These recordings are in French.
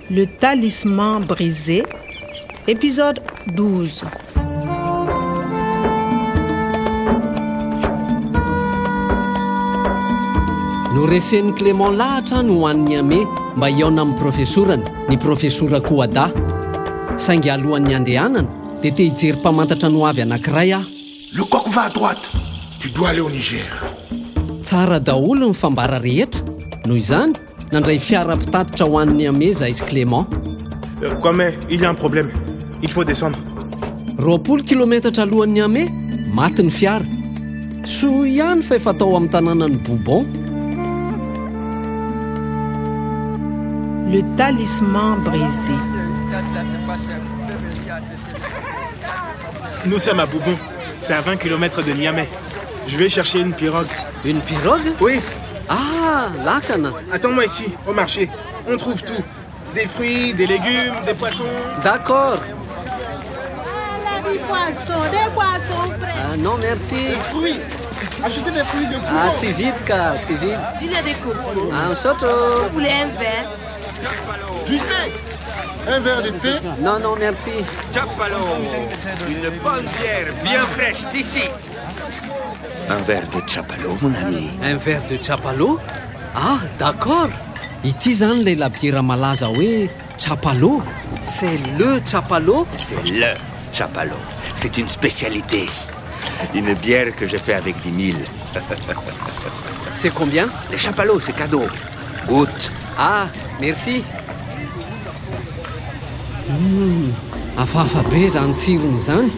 Le talisman brisé, épisode 12. Noresen'ny Clément lahatra no hoan'ny ame mba hiaona amin'ny profesorany ny profesora Kouada. Saingy alohan'ny andehanana dia te hijery mpamantatra no avy anankiray aho. Le coq va à droite. Tu dois aller au Niger. Tsara daholo ny fambara rehetra. Noho izany, nandray fiara-pitatitra ho an'ny ame zahay sy Clément. Quoi, mais il y a un problème. Il faut descendre. 20 kilometatra alohan'ny ame, maty ny fiara. Soa ihany fa efa tao amin'ny tanànan'ny Boubon. Le talisman brisé. Nous sommes à Boubon. C'est à 20 km de Niamey. Je vais chercher une pirogue. Une pirogue? Oui. Ah, lakana. Attends-moi ici, au marché. On trouve tout. Des fruits, des légumes, des poissons. D'accord. Des poissons frais. Non, merci. Des fruits. Achetez des fruits de Boubon. Ah, tu vite, car, tu vite. Du lait de coco. Un soto. Vous voulez un verre? Du thé. Un verre de thé. Non, non, merci. Chapalo, une bonne bière bien fraîche d'ici. Un verre de Chapalo, mon ami. Un verre de Chapalo? Ah, d'accord. Ity zany lay labiera malaza hoe Chapalo. C'est le Chapalo? C'est le Chapalo. C'est une spécialité. Une bière que je fais avec 10 000. C'est combien? Les Chapalo, c'est cadeau. Goûte. Ah, merci. Hafahafa be zany tsirony zany.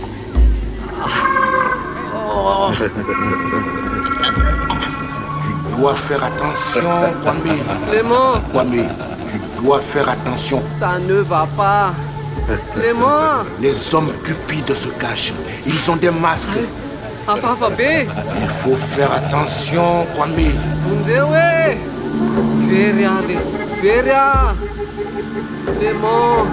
Tu dois faire attention, Kwame. Clément, Kwame, tu dois faire attention. ça ne va pas. Clément, Les hommes cupides se cachent. Ils ont des masques. hafahafa be. Il faut faire attention, Kwame. Munzewe. Veria. Clément.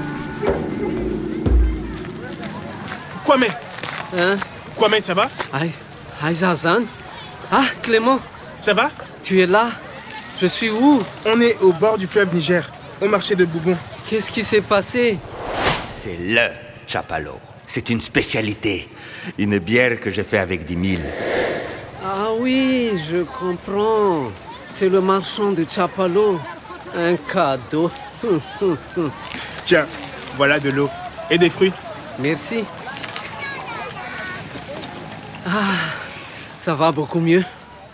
Quoi, mais Hein? Quoi, mais ça va? Aïe, Zazane. Ah, Clément, Ça va? tu es là? Je suis où? On est au bord du fleuve Niger, au marché de Boubon. Qu'est-ce qui s'est passé? C'est le Chapalo. C'est une spécialité. Une bière que je fais avec 10 000. Ah oui, je comprends. C'est le marchand de Chapalo. Un cadeau. Tiens, voilà de l'eau. Et des fruits. Merci. Ah, ça va beaucoup mieux.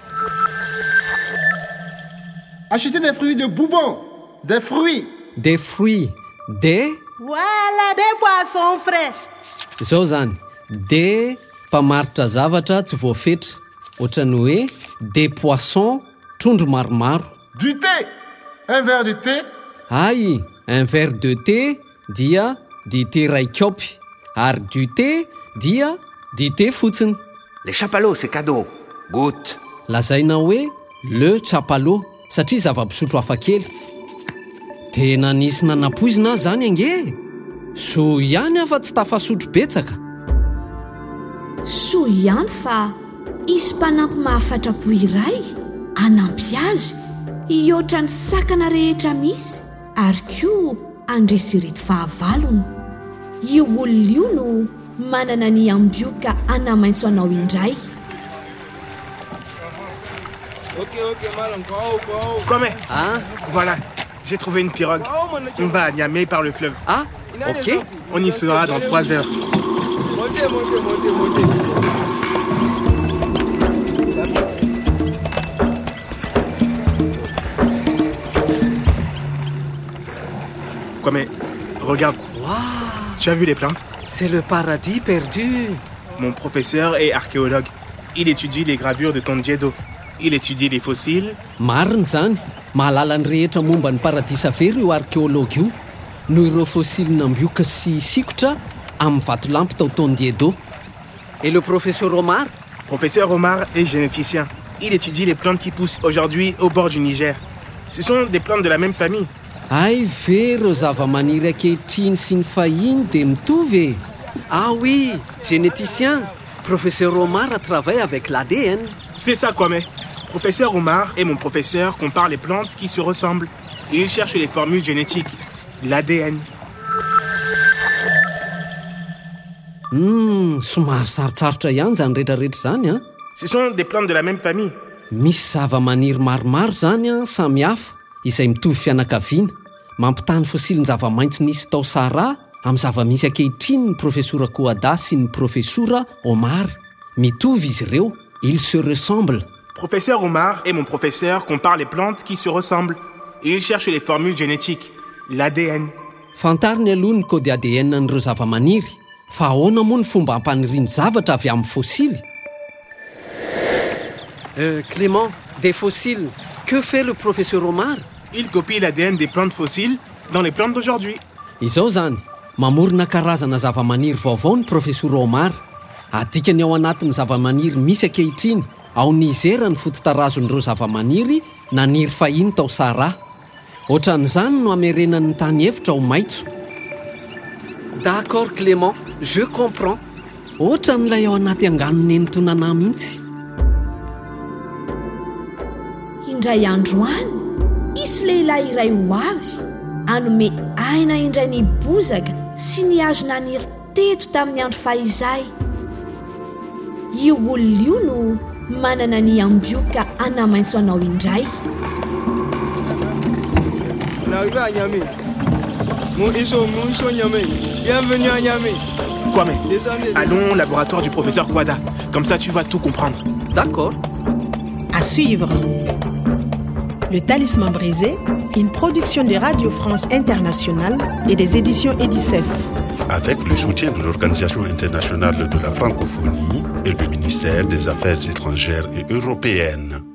Achetez des fruits de Boubon. Des fruits. Des fruits. Des... Voilà, des poissons frais. Zao zany. Des mpamaritra zavatra tsy voafetra. Ohatrany hoe des poissons trondro maromaro. Du thé. Un verre de thé. Ay, un verre de thé dia dité ray kaopy. Ary du thé dia dité fotsiny. Les Chapalo, c'est cadeau. Goûte. Lazaina hoe le Chapalo satria zava-pisotro hafakely. Tena nisy nanapoizina zany ange. So ihany afa tsy tafasotro betsaka. Soa ihany fa isy mpanampy mahafatrapo iray anampy azy ioatra ny sakana rehetra misy ary koa andresirety fahavalony. Io olona io no manana ny ambioka anamaintso anao indray. Quoi, mais Hein? Voilà, j'ai trouvé une pirogue. On va à Niamey par le fleuve. Ah, ok. On y sera dans 3 heures. Quoi, mais regarde. Tu as vu les plantes? C'est le paradis perdu. Mon professeur est archéologue. Il étudie les gravures de Tondiedo. Il étudie les fossiles. Marina zany. Mahalala ny rehetra momba ny paradisa very io archéologue io. Noho ireo fossiline ambioka sy sikotra amin'ny vatolampy tao Tondiedo. Et le professeur Omar? Professeur Omar est généticien. Il étudie les plantes qui poussent aujourd'hui au bord du Niger. Ce sont des plantes de la même famille. Ay ve ireo zava-maniry ankehitriny sy ny fahiny dia mitovy e. Ah oui, généticien. Professeur Omar travaille avec l'ADN. C'est ça, Kwame. Professeur Omar et mon professeur comparent les plantes qui se ressemblent. Et ils cherchent les formules génétiques, l'ADN. Somary sarotsarotra ihany zany rehetrarehetra zany a. Ce sont des plantes de la même famille. Misy zava-maniry maromaro zany a samy hafa izay mitovy fianakaviana. Mampitany fosiliny zava-maitso nisy tao Sara amin'ny zava-misy ankehitriny ny professora Kouada sy ny professora Omar. Mitovy izy ireo. Ils se ressemblent. Professeur Omar et mon professeur comparent les plantes qui se ressemblent. Et ils cherchent les formules génétiques, l'ADN. Fantariny aloha ny kody ADN n'ireo zava-maniry. Fa ahoana moa ny fomba hampaniriany zavatra avy amin'ny fossile? Clément, des fossiles. Que fait le professeur Omar? Il copie l'ADN des plantes fossiles dans les plantes d'aujourd'hui. Izao zany, mamorona karazana zava-maniry vaovao ny professeur Omar. Adikany ao anatin'ny zava-maniry misy ankehitriny. Ao Nizera ny fototarazon'ireo zava-maniry naniry fahiny tao Sara. Ohatran'izany no amerenan'ny tany hevitra ho maitso. D'accord Clément, je comprends. Ohatran'ilay ao anaty anganon'ny enitonana mihitsy. Indray andro any, isy lehilahy iray ho avy anome aina indray ny bozaka sy ny hazo naniry teto tamin'ny andro fahizay. Io olona io no manana ny ambioka anamaitso anao indray. Kwame, allons au laboratoire du professeur Kouada. Comme ça, tu vas tout comprendre. D'accord. À suivre. Le Talisman brisé, une production de Radio France Internationale et des éditions Edicef. Avec le soutien de l'Organisation internationale de la francophonie et du ministère des Affaires étrangères et européennes.